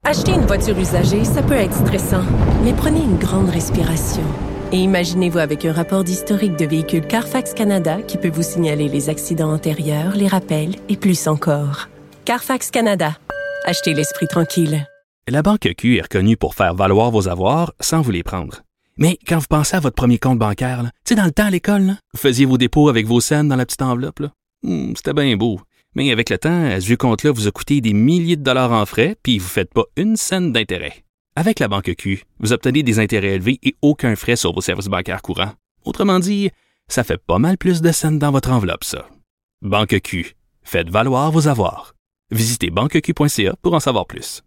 Acheter une voiture usagée, ça peut être stressant, mais prenez une grande respiration. Et imaginez-vous avec un rapport d'historique de véhicule Carfax Canada qui peut vous signaler les accidents antérieurs, les rappels et plus encore. Carfax Canada. Achetez l'esprit tranquille. La Banque Q est reconnue pour faire valoir vos avoirs sans vous les prendre. Mais quand vous pensez à votre premier compte bancaire, tu sais, dans le temps à l'école, là, vous faisiez vos dépôts avec vos scènes dans la petite enveloppe. Là. C'était bien beau. Mais avec le temps, ce vieux compte-là vous a coûté des milliers de dollars en frais, puis vous ne faites pas une scène d'intérêt. Avec la Banque Q, vous obtenez des intérêts élevés et aucun frais sur vos services bancaires courants. Autrement dit, ça fait pas mal plus de scènes dans votre enveloppe, ça. Banque Q. Faites valoir vos avoirs. Visitez banqueq.ca pour en savoir plus.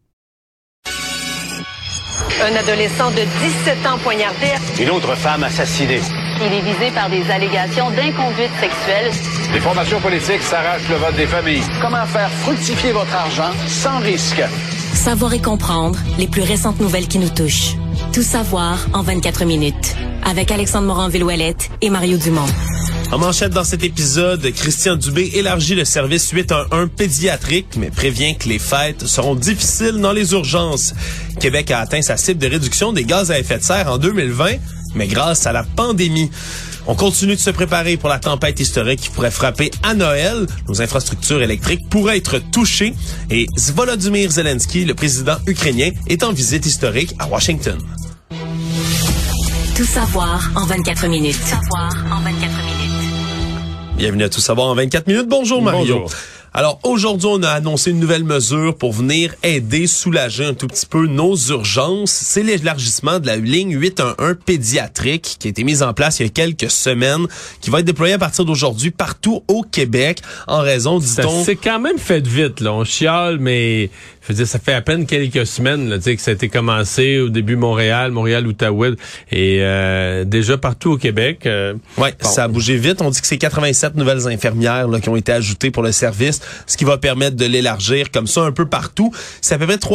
Un adolescent de 17 ans poignardé. Une autre femme assassinée. Il est visé par des allégations d'inconduite sexuelle. Les formations politiques s'arrachent le vote des familles. Comment faire fructifier votre argent sans risque? Savoir et comprendre les plus récentes nouvelles qui nous touchent. Tout savoir en 24 minutes. Avec Alexandre Morin-Villouellette et Mario Dumont. En manchette dans cet épisode, Christian Dubé élargit le service 811 pédiatrique, mais prévient que les fêtes seront difficiles dans les urgences. Québec a atteint sa cible de réduction des gaz à effet de serre en 2020, mais grâce à la pandémie. On continue de se préparer pour la tempête historique qui pourrait frapper à Noël. Nos infrastructures électriques pourraient être touchées. Et Volodymyr Zelensky, le président ukrainien, est en visite historique à Washington. Tout savoir en 24 minutes. Tout savoir en 24 minutes. Bienvenue à Tout savoir en 24 minutes. Bonjour Mario. Bonjour. Alors aujourd'hui, on a annoncé une nouvelle mesure pour venir aider, soulager un tout petit peu nos urgences. C'est l'élargissement de la ligne 811 pédiatrique qui a été mise en place il y a quelques semaines, qui va être déployée à partir d'aujourd'hui partout au Québec en raison, dit-on... C'est quand même fait vite, là. On chiale, mais je veux dire, ça fait à peine quelques semaines là, tu sais, que ça a été commencé au début Montréal, Outaouais, et déjà partout au Québec. Ouais, bon. Ça a bougé vite. On dit que c'est 87 nouvelles infirmières là, qui ont été ajoutées pour le service, ce qui va permettre de l'élargir comme ça un peu partout. C'est à peu près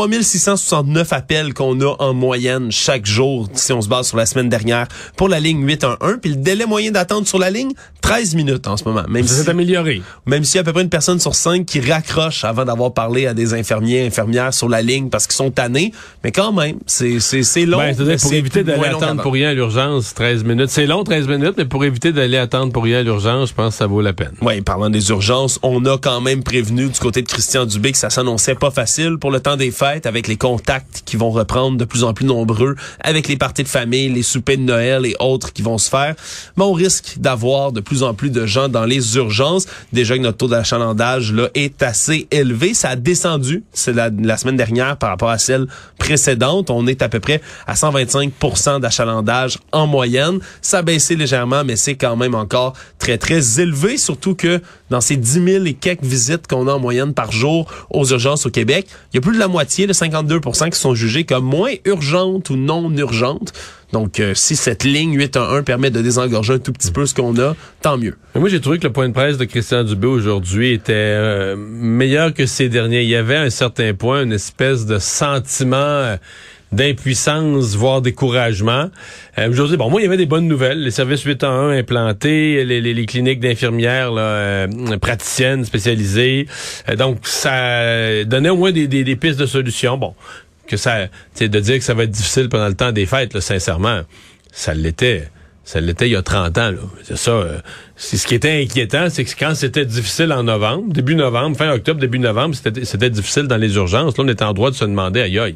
3669 appels qu'on a en moyenne chaque jour, si on se base sur la semaine dernière, pour la ligne 811. Puis le délai moyen d'attente sur la ligne, 13 minutes en ce moment. Même ça s'est amélioré. Même s'il y a à peu près une personne sur 5 qui raccroche avant d'avoir parlé à des infirmières sur la ligne parce qu'ils sont tannés. Mais quand même, c'est long. C'est-à-dire pour éviter d'aller attendre pour rien à l'urgence, 13 minutes. C'est long, 13 minutes, mais pour éviter d'aller attendre pour rien à l'urgence, je pense que ça vaut la peine. Oui, parlant des urgences, on a quand même prévenu du côté de Christian Dubé que ça s'annonçait pas facile pour le temps des fêtes avec les contacts qui vont reprendre de plus en plus nombreux, avec les parties de famille, les soupers de Noël et autres qui vont se faire. Mais on risque d'avoir de plus en plus de gens dans les urgences. Déjà que notre taux d'achalandage là est assez élevé. Ça a descendu, c'est la semaine dernière par rapport à celle précédente. On est à peu près à 125% d'achalandage en moyenne. Ça a baissé légèrement, mais c'est quand même encore très, très élevé, surtout que dans ces 10 000 et quelques visites qu'on a en moyenne par jour aux urgences au Québec, il y a plus de la moitié, de 52%, qui sont jugées comme moins urgentes ou non urgentes. Donc, si cette ligne 811 permet de désengorger un tout petit peu ce qu'on a, tant mieux. Mais moi, j'ai trouvé que le point de presse de Christian Dubé aujourd'hui était meilleur que ces derniers. Il y avait à un certain point une espèce de sentiment d'impuissance, voire découragement. Aujourd'hui, bon, moi, il y avait des bonnes nouvelles. Les services 811 implantés, les cliniques d'infirmières là, praticiennes spécialisées. Donc, ça donnait au moins des pistes de solutions. Bon, que ça, tu sais, de dire que ça va être difficile pendant le temps des fêtes, là, sincèrement, ça l'était. Ça l'était il y a 30 ans. Là. C'est ça. C'est ce qui était inquiétant, c'est que quand c'était difficile en novembre, début novembre, fin octobre, début novembre, c'était difficile dans les urgences. Là, on était en droit de se demander, aïe,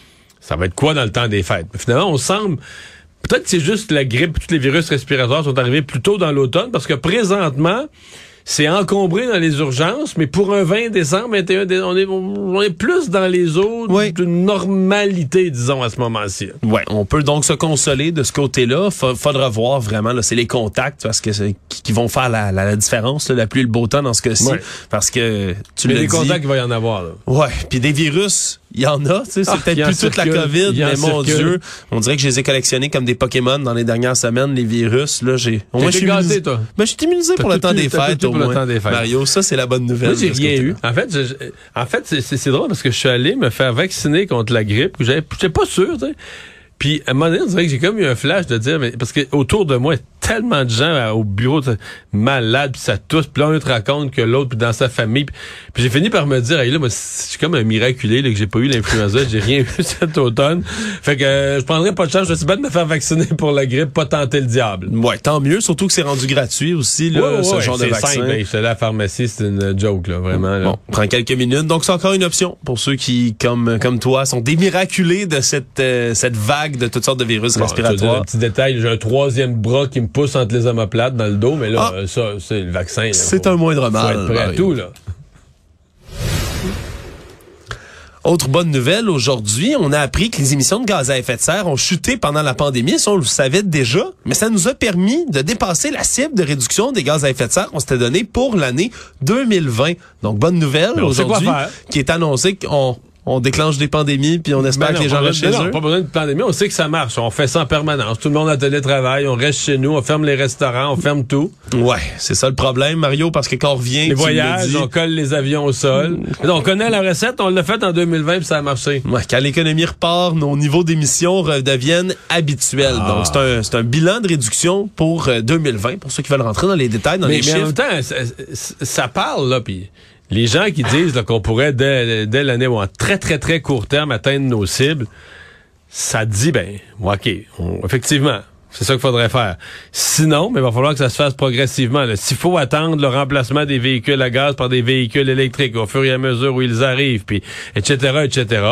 ça va être quoi dans le temps des fêtes? Mais finalement, on semble... Peut-être que c'est juste la grippe, tous les virus respiratoires sont arrivés plus tôt dans l'automne, parce que présentement, c'est encombré dans les urgences, mais pour un 20 décembre, 21 décembre, on est plus dans les eaux d'une normalité, disons, à ce moment-ci. Ouais, on peut donc se consoler de ce côté-là. Faudra voir vraiment, là, c'est les contacts parce que qui vont faire la différence, là, la pluie et le beau temps dans ce cas-ci. Ouais. Parce que tu l'as dit. Mais des contacts, il va y en avoir, là. Ouais, puis des virus, il y en a, tu sais, c'est peut-être plus toute la COVID, mais mon Dieu, on dirait que je les ai collectionnés comme des Pokémon dans les dernières semaines, les virus, là, Moi, je suis gâté, toi. Ben, je suis immunisé pour le temps des fêtes, au moins. Mario, ça, c'est la bonne nouvelle. Moi, j'ai rien eu. En fait, c'est drôle parce que je suis allé me faire vacciner contre la grippe, j'étais pas sûr, tu sais. Puis, à un moment donné, on dirait que j'ai comme eu un flash de dire, mais parce que autour de moi, tellement de gens au bureau malades, puis ça tousse, puis là, un te raconte que l'autre, puis dans sa famille. Puis j'ai fini par me dire, hey, là, moi, je suis comme un miraculé là, que j'ai pas eu l'influenza, j'ai rien eu cet automne. Fait que je prendrais pas de chance, je suis bien de me faire vacciner pour la grippe, pas tenter le diable. Ouais, tant mieux, surtout que c'est rendu gratuit aussi, là, ce genre de vaccin. Simple, je suis allé à la pharmacie, c'est une joke, là, vraiment. Là. Bon, prend quelques minutes. Donc, c'est encore une option pour ceux qui, comme toi, sont des miraculés de cette vague de toutes sortes de virus respiratoires. Un petit détail, j'ai un troisième bras qui me pousse entre les omoplates dans le dos, mais là, ça, c'est le vaccin. Là, c'est un moindre mal. Faut être prêt à tout, là. Autre bonne nouvelle, aujourd'hui, on a appris que les émissions de gaz à effet de serre ont chuté pendant la pandémie. Ça, on le savait déjà, mais ça nous a permis de dépasser la cible de réduction des gaz à effet de serre qu'on s'était donné pour l'année 2020. Donc, bonne nouvelle aujourd'hui, qui est annoncée qu'on déclenche des pandémies, puis on espère que les gens restent chez eux. Pas besoin de pandémie, on sait que ça marche. On fait ça en permanence. Tout le monde a télétravail, on reste chez nous, on ferme les restaurants, on ferme tout. Ouais, c'est ça le problème, Mario, parce que quand on revient... Les voyages, on colle les avions au sol. On connaît la recette, on l'a fait en 2020, puis ça a marché. Ouais, quand l'économie repart, nos niveaux d'émissions redeviennent habituels. Donc, c'est un bilan de réduction pour 2020, pour ceux qui veulent rentrer dans les détails, dans les chiffres. Mais en même temps, ça parle, là, puis... Les gens qui disent là, qu'on pourrait, dès l'année ou en très, très, très court terme, atteindre nos cibles, ça dit, OK, effectivement, c'est ça qu'il faudrait faire. Sinon, il va falloir que ça se fasse progressivement. S'il faut attendre le remplacement des véhicules à gaz par des véhicules électriques au fur et à mesure où ils arrivent, puis etc.,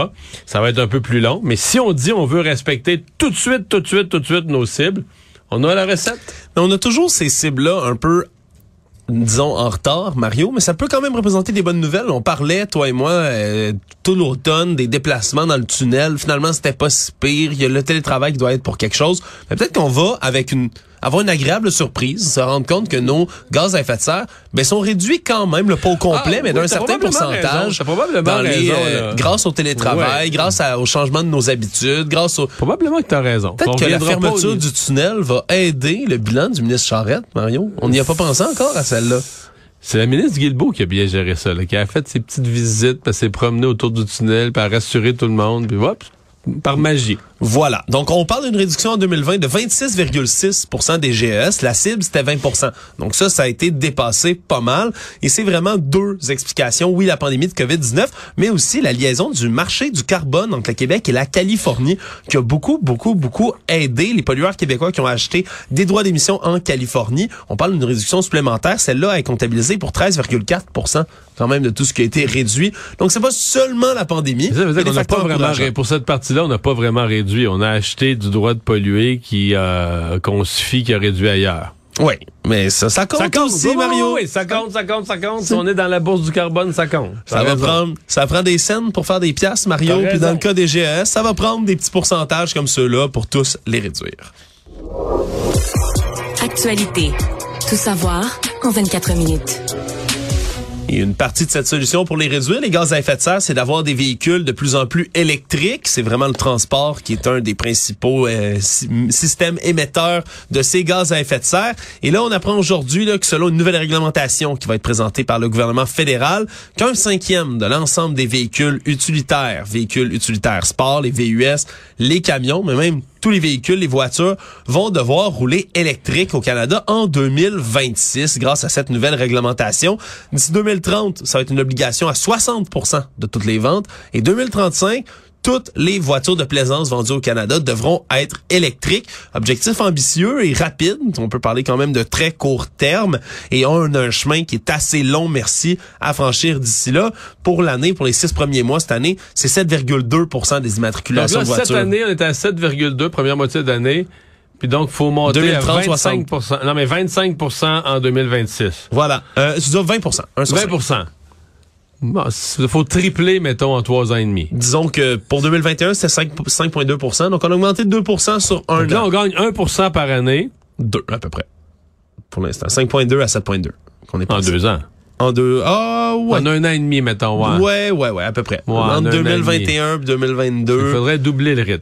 ça va être un peu plus long. Mais si on dit on veut respecter tout de suite nos cibles, on a la recette. Mais on a toujours ces cibles-là un peu, disons, en retard, Mario, mais ça peut quand même représenter des bonnes nouvelles. On parlait, toi et moi, tout l'automne, des déplacements dans le tunnel. Finalement, c'était pas si pire. Il y a le télétravail qui doit être pour quelque chose. Mais peut-être qu'on va, avoir une agréable surprise, se rendre compte que nos gaz à effet de serre, sont réduits quand même, pas au complet, mais d'un certain pourcentage. T'as probablement raison. Grâce au télétravail, grâce au changement de nos habitudes, Probablement que t'as raison. Peut-être que la fermeture du tunnel va aider le bilan du ministre Charette, Mario. On n'y a pas pensé encore à celle-là. C'est la ministre Guilbeault qui a bien géré ça, qui a fait ses petites visites, puis s'est promenée autour du tunnel, puis a rassuré tout le monde, puis hop, par magie. Voilà. Donc, on parle d'une réduction en 2020 de 26,6% des GES. La cible, c'était 20%. Donc ça a été dépassé pas mal. Et c'est vraiment deux explications. Oui, la pandémie de COVID-19, mais aussi la liaison du marché du carbone entre le Québec et la Californie qui a beaucoup aidé les pollueurs québécois qui ont acheté des droits d'émission en Californie. On parle d'une réduction supplémentaire. Celle-là est comptabilisée pour 13,4% quand même de tout ce qui a été réduit. Donc, c'est pas seulement la pandémie. Ça veut dire qu'on n'a pas vraiment, pour cette partie-là, on n'a pas vraiment réduit. On a acheté du droit de polluer qu'on suffit qui a réduit ailleurs. Oui, mais ça compte aussi, Mario. Oui, ça compte. Si on est dans la bourse du carbone, ça compte. Ça prend des cents pour faire des piastres, Mario. Puis dans le cas des GES, ça va prendre des petits pourcentages comme ceux-là pour tous les réduire. Actualité. Tout savoir en 24 minutes. Et une partie de cette solution pour les réduire, les gaz à effet de serre, c'est d'avoir des véhicules de plus en plus électriques. C'est vraiment le transport qui est un des principaux systèmes émetteurs de ces gaz à effet de serre. Et là, on apprend aujourd'hui que selon une nouvelle réglementation qui va être présentée par le gouvernement fédéral, qu'un cinquième de l'ensemble des véhicules utilitaires sport, les VUS, les camions, mais même tous les véhicules, les voitures, vont devoir rouler électrique au Canada en 2026 grâce à cette nouvelle réglementation. D'ici 2030, ça va être une obligation à 60% de toutes les ventes. Et 2035, toutes les voitures de plaisance vendues au Canada devront être électriques. Objectif ambitieux et rapide. On peut parler quand même de très court terme. Et on a un chemin qui est assez long, merci, à franchir d'ici là. Pour l'année, pour les 6 premiers mois cette année, c'est 7,2% des immatriculations de voitures. Cette année, on était à 7,2, première moitié d'année. Puis donc, faut monter 2030, à 25%. 60. Non, mais 25% en 2026. Voilà. Tu dis 20%. 20%. Bon, il faut tripler, mettons, en 3 ans et demi. Disons que pour 2021, c'était 5,2%. Donc, on a augmenté de 2% sur un an. Là, on gagne 1% par année. 2 à peu près. Pour l'instant. 5,2 à 7,2. En 2 ans. En 2. Ah, ouais. En 1 an et demi, mettons. Ouais, à peu près. Ouais, entre 2021 et 2022. Il faudrait doubler le rythme.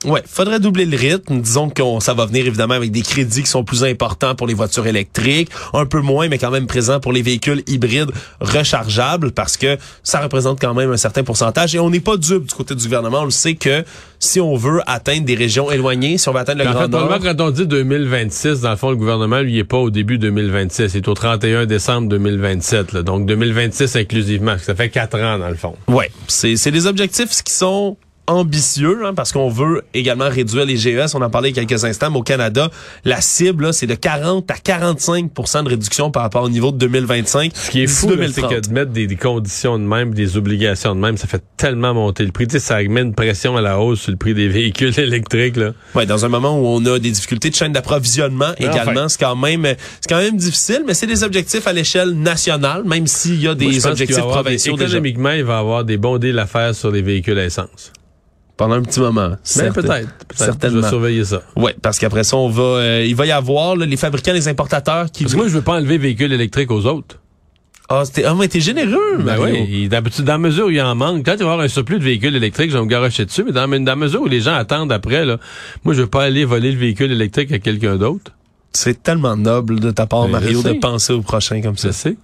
Ouais, faudrait doubler le rythme. Disons que ça va venir évidemment avec des crédits qui sont plus importants pour les voitures électriques, un peu moins, mais quand même présents pour les véhicules hybrides rechargeables, parce que ça représente quand même un certain pourcentage. Et on n'est pas dupe du côté du gouvernement. On le sait que si on veut atteindre des régions éloignées, si on veut atteindre le Grand Nord... Quand on dit 2026, dans le fond, le gouvernement, lui, il est pas au début 2026. Il est au 31 décembre 2027. Là. Donc 2026 inclusivement. Ça fait 4 ans, dans le fond. Ouais, c'est des objectifs qui sont ambitieux, hein, parce qu'on veut également réduire les GES. On en parlait il y a quelques instants, mais au Canada, la cible, là, c'est de 40 à 45% de réduction par rapport au niveau de 2025. Ce qui est fou, là, c'est que de mettre des conditions de même, des obligations de même, ça fait tellement monter le prix. Tu sais, ça met une pression à la hausse sur le prix des véhicules électriques, là. Ouais, dans un moment où on a des difficultés de chaîne d'approvisionnement également, c'est quand même difficile, mais c'est des objectifs à l'échelle nationale, même s'il y a des objectifs provinciaux déjà. Économiquement, il va y avoir des bons deals à faire sur les véhicules à essence. Pendant un petit moment. Mais peut-être. Certainement. Je vais surveiller ça. Ouais, parce qu'après ça, il va y avoir là, les fabricants, les importateurs qui... Parce que moi, je veux pas enlever véhicules électriques aux autres. Mais t'es généreux, Mario. Oui, d'habitude, dans la mesure où il y en manque, quand il va y avoir un surplus de véhicules électriques, je vais me garocher dessus, mais dans la mesure où les gens attendent après, là, moi, je veux pas aller voler le véhicule électrique à quelqu'un d'autre. C'est tellement noble de ta part, Mario, de penser au prochain comme ça. Je sais.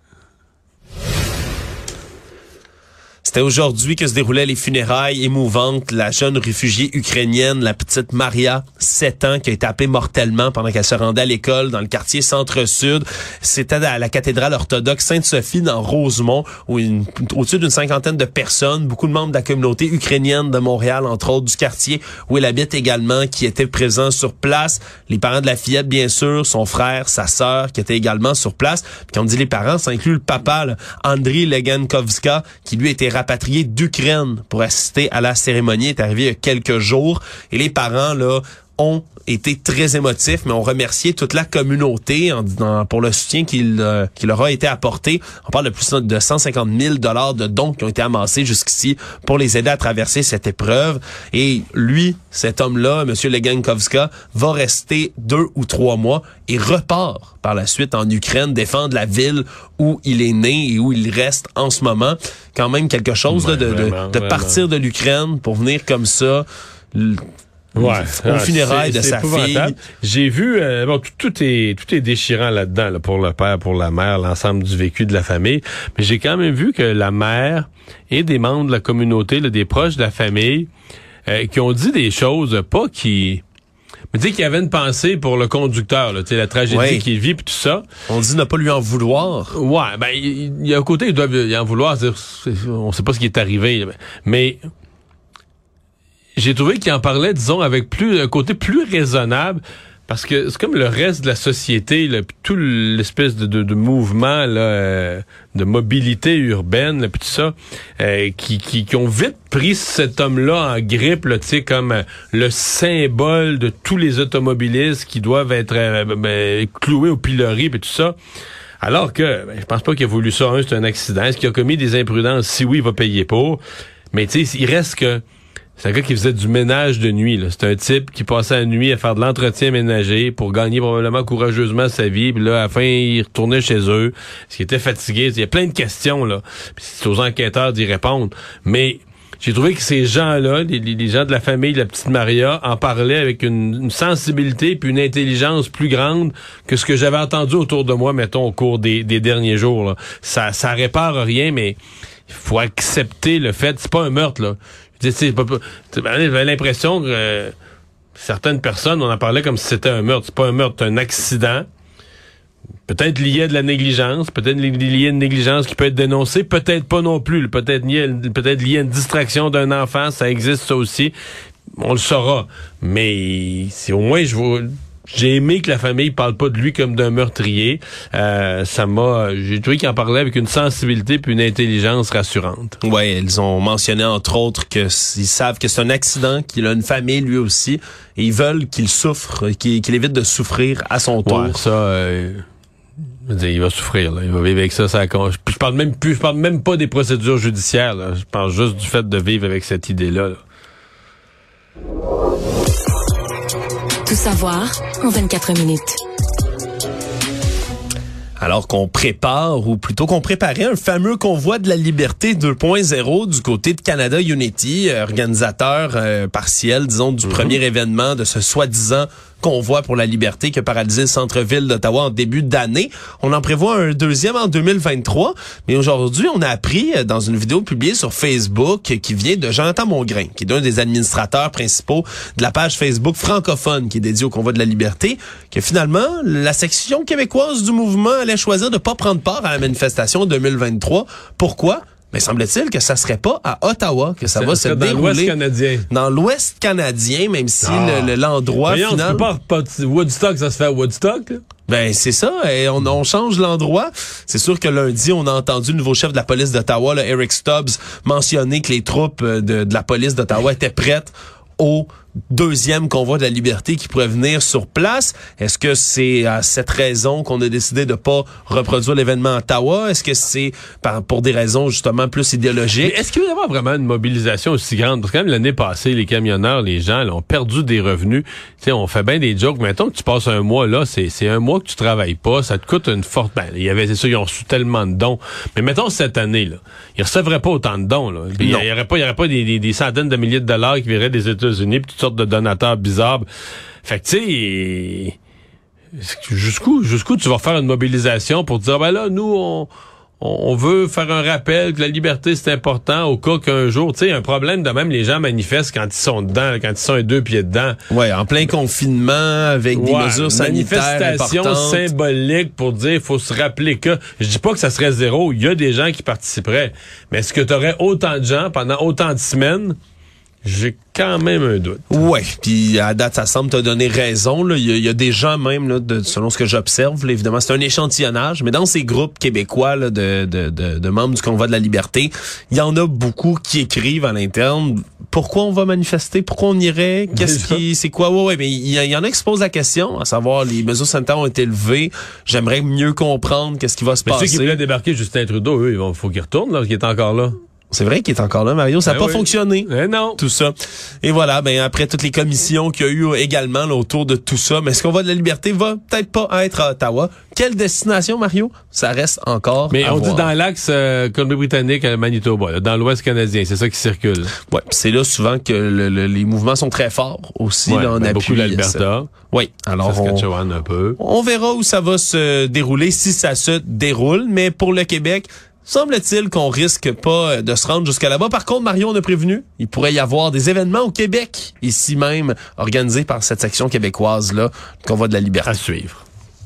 C'était aujourd'hui que se déroulaient les funérailles émouvantes. La jeune réfugiée ukrainienne, la petite Maria, 7 ans, qui a été happée mortellement pendant qu'elle se rendait à l'école dans le quartier Centre-Sud. C'était à la cathédrale orthodoxe Sainte-Sophie dans Rosemont, où au-dessus d'une 50aine de personnes, beaucoup de membres de la communauté ukrainienne de Montréal, entre autres du quartier où elle habite également, qui étaient présents sur place. Les parents de la fillette, bien sûr, son frère, sa sœur, qui étaient également sur place. Puis quand on dit les parents, ça inclut le papa, là, Andriy Legankovska, qui lui était rapatrié d'Ukraine pour assister à la cérémonie, est arrivé il y a quelques jours. Et les parents, là, ont été très émotifs, mais ont remercié toute la communauté pour le soutien qui leur a été apporté. On parle de plus de 150 000 $ de dons qui ont été amassés jusqu'ici pour les aider à traverser cette épreuve. Et lui, cet homme-là, M. Legankovska, va rester 2 ou 3 mois et repart par la suite en Ukraine, défendre la ville où il est né et où il reste en ce moment. Quand même quelque chose là, de partir de l'Ukraine pour venir comme ça... au funérailles de sa fille. J'ai vu, tout est déchirant là-dedans, là, pour le père, pour la mère, l'ensemble du vécu de la famille. Mais j'ai quand même vu que la mère et des membres de la communauté, là, des proches de la famille, qui ont dit des choses, pas qui... Mais tu sais qu'il y avait une pensée pour le conducteur, là, tu sais, la tragédie qu'il vit puis tout ça. On dit ne pas lui en vouloir. Ouais, ben il y a un côté ils doivent y en vouloir, on sait pas ce qui est arrivé, mais j'ai trouvé qu'il en parlait, disons, avec un côté plus raisonnable, parce que c'est comme le reste de la société, là, puis tout l'espèce de mouvement là, de mobilité urbaine, là, puis tout ça, qui ont vite pris cet homme-là en grippe, là, tu sais, comme le symbole de tous les automobilistes qui doivent être cloués au pilori, puis tout ça. Alors que, je pense pas qu'il a voulu ça. C'est un accident. Est-ce qu'il a commis des imprudences? Si oui, il va payer pour. Mais tu sais, il reste que c'est un gars qui faisait du ménage de nuit. Là. C'est un type qui passait la nuit à faire de l'entretien ménager pour gagner probablement courageusement sa vie. Puis là, à la fin, il retournait chez eux. Parce qu'il était fatigué. Il y a plein de questions, là. Puis c'est aux enquêteurs d'y répondre. Mais j'ai trouvé que ces gens-là, les gens de la famille de la petite Maria, en parlaient avec une sensibilité puis une intelligence plus grande que ce que j'avais entendu autour de moi, mettons, au cours des derniers jours. Là. Ça répare rien, mais il faut accepter le fait. C'est pas un meurtre, là. J'avais l'impression que certaines personnes, on en parlait comme si c'était un meurtre. C'est pas un meurtre, c'est un accident. Peut-être lié à de la négligence, peut-être lié à une négligence qui peut être dénoncée, peut-être pas non plus. Peut-être lié à une distraction d'un enfant, ça existe ça aussi. On le saura. Mais c'est au moins j'ai aimé que la famille parle pas de lui comme d'un meurtrier. J'ai trouvé qu'il en parlait avec une sensibilité puis une intelligence rassurante. Ouais, ils ont mentionné entre autres que ils savent que c'est un accident, qu'il a une famille lui aussi, et ils veulent qu'il souffre, qu'il évite de souffrir à son tour. Ouais, ça, il va souffrir, là. Il va vivre avec ça. Je parle même pas des procédures judiciaires, là. Je parle juste du fait de vivre avec cette idée-là, là. Tout savoir en 24 minutes. Alors qu'on prépare, ou plutôt qu'on préparait un fameux convoi de la liberté 2.0 du côté de Canada Unity, organisateur partiel, disons, du premier événement de ce soi-disant convoi pour la liberté qui a paralysé le centre-ville d'Ottawa en début d'année. On en prévoit un deuxième en 2023, mais aujourd'hui, on a appris dans une vidéo publiée sur Facebook qui vient de Jonathan Mongrain, qui est l'un des administrateurs principaux de la page Facebook francophone qui est dédiée au convoi de la liberté, que finalement, la section québécoise du mouvement allait choisir de pas prendre part à la manifestation 2023. Pourquoi? Mais semble-t-il que ça serait pas à Ottawa que ça va se dérouler. Dans l'Ouest canadien. Dans l'Ouest canadien, même si l'endroit final... final... pas Woodstock, ça se fait à Woodstock, là? Ben c'est ça, et on change l'endroit. C'est sûr que lundi, on a entendu le nouveau chef de la police d'Ottawa, là, Eric Stubbs, mentionner que les troupes de la police d'Ottawa étaient prêtes au deuxième convoi de la liberté qui pourrait venir sur place. Est-ce que c'est à cette raison qu'on a décidé de pas reproduire l'événement à Ottawa? Est-ce que c'est pour des raisons justement plus idéologiques? Mais est-ce qu'il va y avoir vraiment une mobilisation aussi grande? Parce que quand même l'année passée, les camionneurs, les gens là, ont perdu des revenus. Tu sais, on fait bien des jokes. Mettons que tu passes un mois là, c'est un mois que tu travailles pas, ça te coûte une forte... Ben, c'est sûr, ils ont reçu tellement de dons. Mais mettons cette année, là, ils recevraient pas autant de dons. Là. Il y aurait pas des centaines de milliers de dollars qui viendraient des États-Unis, puis toutes sortes de donateurs bizarres. Fait que tu sais, jusqu'où tu vas faire une mobilisation pour dire, ben là, nous, on veut faire un rappel que la liberté, c'est important au cas qu'un jour, tu sais, un problème de même, les gens manifestent quand ils sont dedans, quand ils sont à 2 pieds dedans. Ouais, en plein confinement, avec des mesures sanitaires manifestation importantes. Symbolique pour dire, faut se rappeler que, je dis pas que ça serait zéro, il y a des gens qui participeraient, mais est-ce que tu aurais autant de gens pendant autant de semaines? J'ai quand même un doute. Ouais, puis à date, ça semble te donner raison. Là. Il y a des gens même, là, selon ce que j'observe, là, évidemment, c'est un échantillonnage, mais dans ces groupes québécois là, de membres du Convoi de la liberté, il y en a beaucoup qui écrivent à l'interne. Pourquoi on va manifester? Pourquoi on irait? C'est quoi? Ouais, mais il y en a qui se posent la question, à savoir, les mesures sanitaires ont été levées. J'aimerais mieux comprendre qu'est-ce qui va se passer. Mais ceux qui voulaient débarquer Justin Trudeau, eux, faut qu'il retourne, là, qu'il est encore là. C'est vrai qu'il est encore là, Mario. Ça n'a pas fonctionné. Non. Tout ça. Et voilà, après toutes les commissions qu'il y a eu également là, autour de tout ça, mais est-ce qu'on va de la liberté va peut-être pas être à Ottawa. Quelle destination, Mario? Ça reste encore mais à on voir. Dit dans l'axe Colombie-Britannique à Manitoba, là, dans l'Ouest canadien, c'est ça qui circule. Ouais, c'est là souvent que les mouvements sont très forts aussi là, en appui. Beaucoup l'Alberta. Oui, alors Saskatchewan un peu. On verra où ça va se dérouler si ça se déroule, mais pour le Québec, semble-t-il qu'on risque pas de se rendre jusqu'à là-bas. Par contre, Mario, on a prévenu, il pourrait y avoir des événements au Québec, ici même, organisés par cette section québécoise-là, le Convoi de la liberté. À suivre.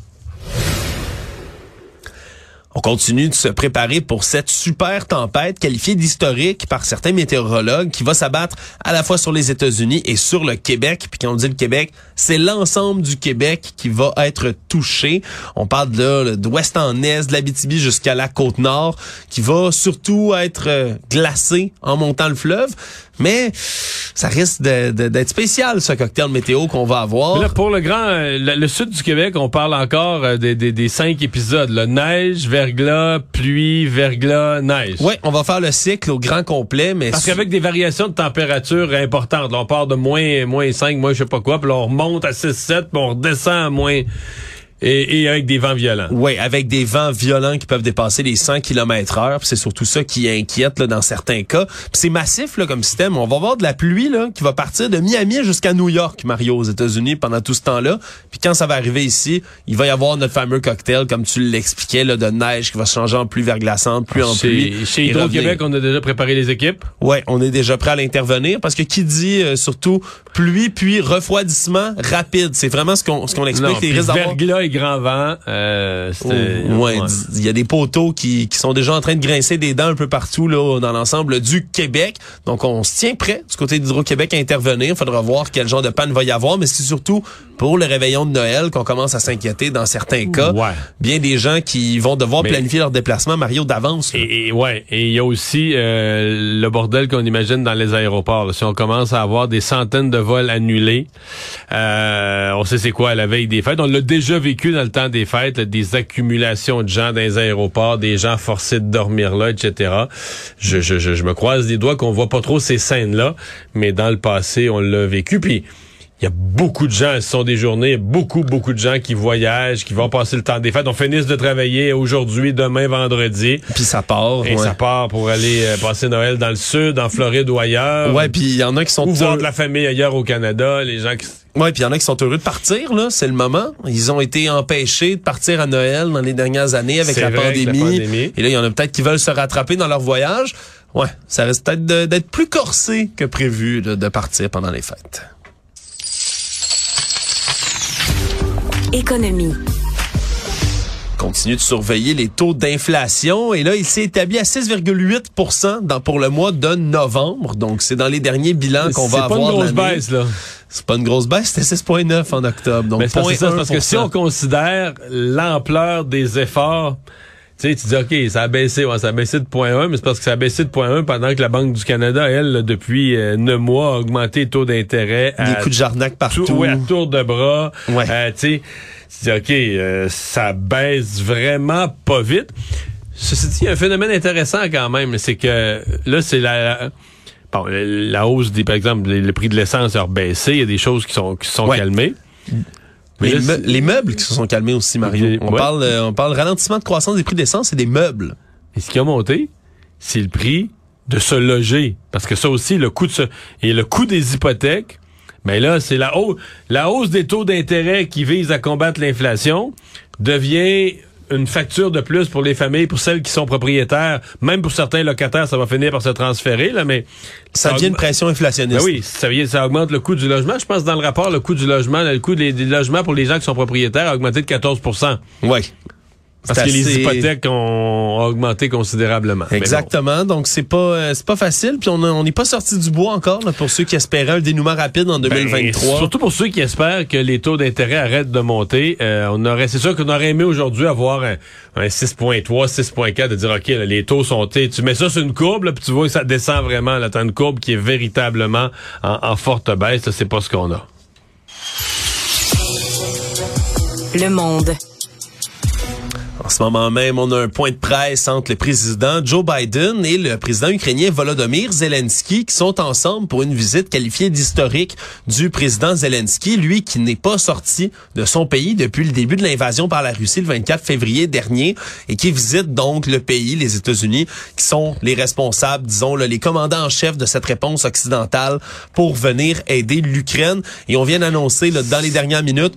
On continue de se préparer pour cette super tempête qualifiée d'historique par certains météorologues qui va s'abattre à la fois sur les États-Unis et sur le Québec. Puis quand on dit le Québec, c'est l'ensemble du Québec qui va être touché. On parle d'ouest en est, de l'Abitibi jusqu'à la Côte-Nord, qui va surtout être glacé en montant le fleuve. Mais ça risque d'être spécial, ce cocktail météo qu'on va avoir. Là, pour le sud du Québec, on parle encore des 5 épisodes. Là. Neige, verglas, pluie, verglas, neige. Oui, on va faire le cycle au grand complet. Mais parce qu'avec des variations de température importantes. Là, on part de moins 5, moins je sais pas quoi, puis là, on remonte à 6-7, puis on redescend à moins... Et avec des vents violents. Oui, avec des vents violents qui peuvent dépasser les 100 km/h. C'est surtout ça qui inquiète là, dans certains cas. Puis c'est massif là, comme système. On va avoir de la pluie là, qui va partir de Miami jusqu'à New York, Mario, aux États-Unis pendant tout ce temps-là. Puis quand ça va arriver ici, il va y avoir notre fameux cocktail, comme tu l'expliquais, là, de neige qui va se changer en pluie verglaçante, pluie en pluie. Chez Hydro-Québec, on a déjà préparé les équipes? Oui, on est déjà prêt à l'intervenir parce que qui dit surtout pluie puis refroidissement rapide. C'est vraiment ce qu'on explique. Les risques d'avoir... Grand vent, il y a des poteaux qui sont déjà en train de grincer des dents un peu partout là dans l'ensemble du Québec. Donc on se tient prêt du côté d'Hydro-Québec à intervenir. Il faudra voir quel genre de panne va y avoir, mais c'est surtout pour le réveillon de Noël qu'on commence à s'inquiéter dans certains cas. Ouais. Bien des gens qui vont devoir planifier leur déplacement, Mario, d'avance. Et il y a aussi le bordel qu'on imagine dans les aéroports. Là. Si on commence à avoir des centaines de vols annulés, on sait c'est quoi à la veille des fêtes. On l'a déjà vécu dans le temps des fêtes, là, des accumulations de gens dans les aéroports, des gens forcés de dormir là, etc. Je me croise les doigts qu'on voit pas trop ces scènes-là, mais dans le passé, on l'a vécu. Puis il y a beaucoup de gens, ce sont des journées, beaucoup de gens qui voyagent, qui vont passer le temps des fêtes. On finit de travailler aujourd'hui, demain, vendredi. Puis ça part. Et ça part pour aller passer Noël dans le sud, en Floride ou ailleurs. Ouais, puis il y en a qui sont... Ou voir de la famille ailleurs au Canada, les gens qui... Ouais, puis il y en a qui sont heureux de partir, là, c'est le moment. Ils ont été empêchés de partir à Noël dans les dernières années avec la pandémie. Et là, il y en a peut-être qui veulent se rattraper dans leur voyage. Ouais, ça risque peut-être d'être plus corsé que prévu là, de partir pendant les fêtes. Économie. Continue de surveiller les taux d'inflation et là, il s'est établi à 6,8% pour le mois de novembre. Donc, c'est dans les derniers bilans qu'on va avoir. C'est pas une grosse baisse, là. C'est pas une grosse baisse, c'était 6,9 en octobre. Donc, c'est parce que si on considère l'ampleur des efforts, tu sais, tu dis, OK, ça a baissé de 0,1, mais c'est parce que ça a baissé de 0,1 pendant que la Banque du Canada, elle, depuis 9 mois, a augmenté les taux d'intérêt. Des coups de jarnac partout. À tour de bras. Ouais. Tu dis, OK, ça baisse vraiment pas vite. Ceci dit, il y a un phénomène intéressant quand même, c'est que là, c'est la hausse par exemple, le prix de l'essence a baissé, il y a des choses qui sont calmées. Mais les meubles qui se sont calmés aussi, Mario. On parle ralentissement de croissance des prix d'essence et des meubles. Et ce qui a monté, c'est le prix de se loger. Parce que ça aussi, le coût des hypothèques, mais là, c'est la hausse des taux d'intérêt qui vise à combattre l'inflation devient une facture de plus pour les familles, pour celles qui sont propriétaires. Même pour certains locataires, ça va finir par se transférer, là, mais... Ça devient une pression inflationniste. Ben oui, ça augmente le coût du logement. Je pense dans le rapport, le coût du logement, le coût des logements pour les gens qui sont propriétaires a augmenté de 14%. Oui. Parce que les hypothèques ont augmenté considérablement. Exactement. Donc, c'est pas facile. Puis, on n'est pas sorti du bois encore, là, pour ceux qui espéraient un dénouement rapide en 2023. Surtout pour ceux qui espèrent que les taux d'intérêt arrêtent de monter. C'est sûr qu'on aurait aimé aujourd'hui avoir un 6,3, 6,4, de dire, OK, là, les taux sont, tu mets ça sur une courbe, là, puis tu vois que ça descend vraiment, là. T'as une courbe qui est véritablement en forte baisse. Là, c'est pas ce qu'on a. Le Monde. En ce moment même, on a un point de presse entre le président Joe Biden et le président ukrainien Volodymyr Zelensky qui sont ensemble pour une visite qualifiée d'historique du président Zelensky, lui qui n'est pas sorti de son pays depuis le début de l'invasion par la Russie le 24 février dernier et qui visite donc le pays, les États-Unis, qui sont les responsables, disons, les commandants en chef de cette réponse occidentale pour venir aider l'Ukraine. Et on vient d'annoncer dans les dernières minutes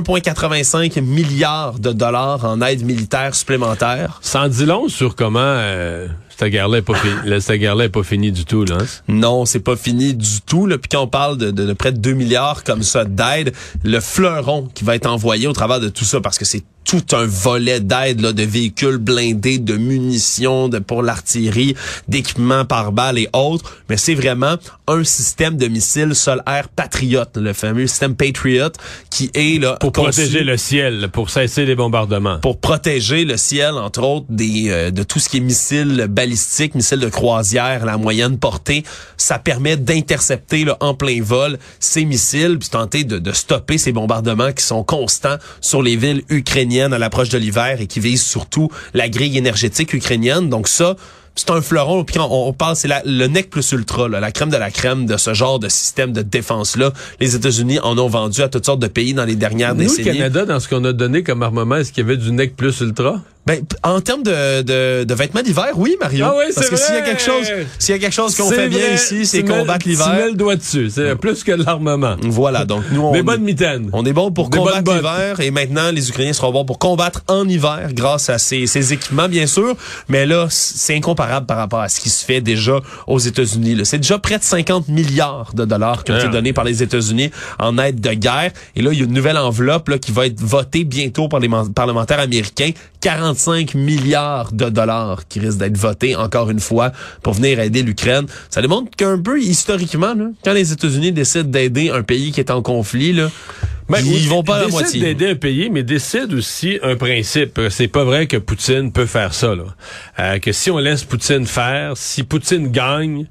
1,85 milliard de dollars en aide militaire supplémentaire. Ça en dit long sur comment cette guerre-là est pas finie du tout, là. Hein? Non, c'est pas fini du tout. Là. Puis quand on parle de près de 2 milliards comme ça d'aide, le fleuron qui va être envoyé au travers de tout ça, parce que c'est tout un volet d'aide, de véhicules blindés, de munitions, pour l'artillerie, d'équipements par balles et autres. Mais c'est vraiment un système de missiles sol-air Patriot, le fameux système Patriot, qui est là pour protéger le ciel, pour cesser les bombardements. Pour protéger le ciel, entre autres, de tout ce qui est missiles balistiques, missiles de croisière, la moyenne portée. Ça permet d'intercepter en plein vol ces missiles, puis tenter de stopper ces bombardements qui sont constants sur les villes ukrainiennes à l'approche de l'hiver et qui vise surtout la grille énergétique ukrainienne. Donc ça, c'est un fleuron. Puis on parle, c'est le nec plus ultra, la crème de la crème de ce genre de système de défense-là. Les États-Unis en ont vendu à toutes sortes de pays dans les dernières décennies. Nous, le Canada, dans ce qu'on a donné comme armement, est-ce qu'il y avait du nec plus ultra? Ben, en termes de vêtements d'hiver, oui, Mario. Ah oui, parce que s'il y a quelque chose qu'on fait bien ici, c'est combattre l'hiver. Tu mets le doigt dessus. C'est plus que de l'armement. Voilà. Donc, nous, des bonnes mitaines. On est bon pour combattre l'hiver et maintenant, les Ukrainiens seront bons pour combattre en hiver grâce à ces équipements, bien sûr. Mais là, c'est incomparable par rapport à ce qui se fait déjà aux États-Unis. Là. C'est déjà près de 50 milliards de dollars qui ont été donnés par les États-Unis en aide de guerre. Et là, il y a une nouvelle enveloppe là, qui va être votée bientôt par les parlementaires américains. 45 milliards de dollars qui risquent d'être votés, encore une fois, pour venir aider l'Ukraine. Ça démontre qu'un peu, historiquement, là, quand les États-Unis décident d'aider un pays qui est en conflit, là, ils vont pas à la moitié. Ils décident d'aider un pays, mais décident aussi un principe. C'est pas vrai que Poutine peut faire ça, là. Que si on laisse Poutine faire, si Poutine gagne,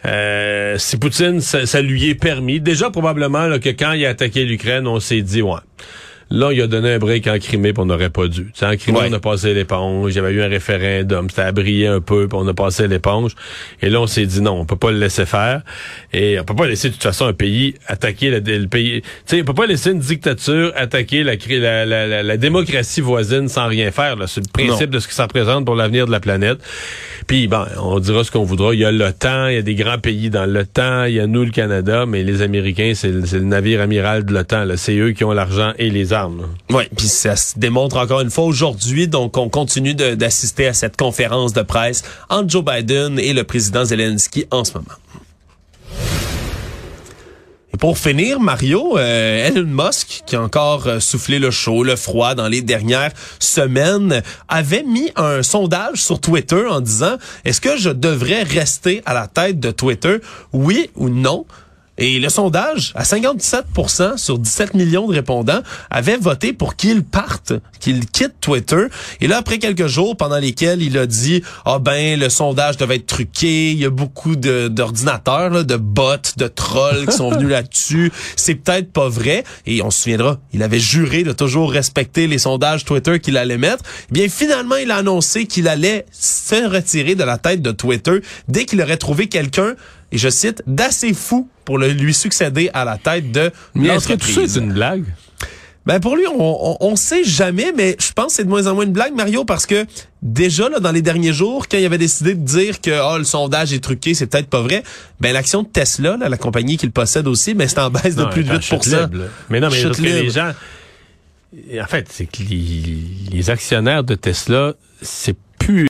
si Poutine, ça lui est permis. Déjà, probablement, là, que quand il a attaqué l'Ukraine, on s'est dit, ouais. Là, il a donné un break en Crimée, puis on n'aurait pas dû. T'sais, en Crimée, on a passé l'éponge. Il y avait eu un référendum. C'était à briller un peu, puis on a passé l'éponge. Et là, on s'est dit non, on peut pas le laisser faire. Et on peut pas laisser, de toute façon, un pays attaquer le pays. Tu sais, on peut pas laisser une dictature attaquer la démocratie voisine sans rien faire. Là. C'est le principe de ce que ça représente pour l'avenir de la planète. Puis, bon, on dira ce qu'on voudra. Il y a l'OTAN, il y a des grands pays dans l'OTAN, il y a nous, le Canada, mais les Américains, c'est le navire amiral de l'OTAN. Là. C'est eux qui ont l'argent et les armes. Oui, puis ça se démontre encore une fois aujourd'hui. Donc, on continue d'assister à cette conférence de presse entre Joe Biden et le président Zelensky en ce moment. Et pour finir, Mario, Elon Musk, qui a encore soufflé le chaud, le froid dans les dernières semaines, avait mis un sondage sur Twitter en disant « Est-ce que je devrais rester à la tête de Twitter? Oui ou non? » Et le sondage, à 57% sur 17 millions de répondants, avait voté pour qu'il parte, qu'il quitte Twitter. Et là, après quelques jours pendant lesquels il a dit « Ah ben, le sondage devait être truqué, il y a beaucoup d'ordinateurs, là, de bots, de trolls qui sont venus là-dessus, c'est peut-être pas vrai. » Et on se souviendra, il avait juré de toujours respecter les sondages Twitter qu'il allait mettre. Eh bien, finalement, il a annoncé qu'il allait se retirer de la tête de Twitter dès qu'il aurait trouvé quelqu'un, et je cite, d'assez fou pour lui succéder à la tête de l'entreprise. Mais est-ce que tout ça est une blague? Ben pour lui, on sait jamais, mais je pense que c'est de moins en moins une blague, Mario, parce que déjà là dans les derniers jours, quand il avait décidé de dire que le sondage est truqué, c'est peut-être pas vrai, ben l'action de Tesla, là, la compagnie qu'il possède aussi, mais c'est en baisse de plus de 8%. Mais non, mais les gens, en fait, c'est que les actionnaires de Tesla, c'est plus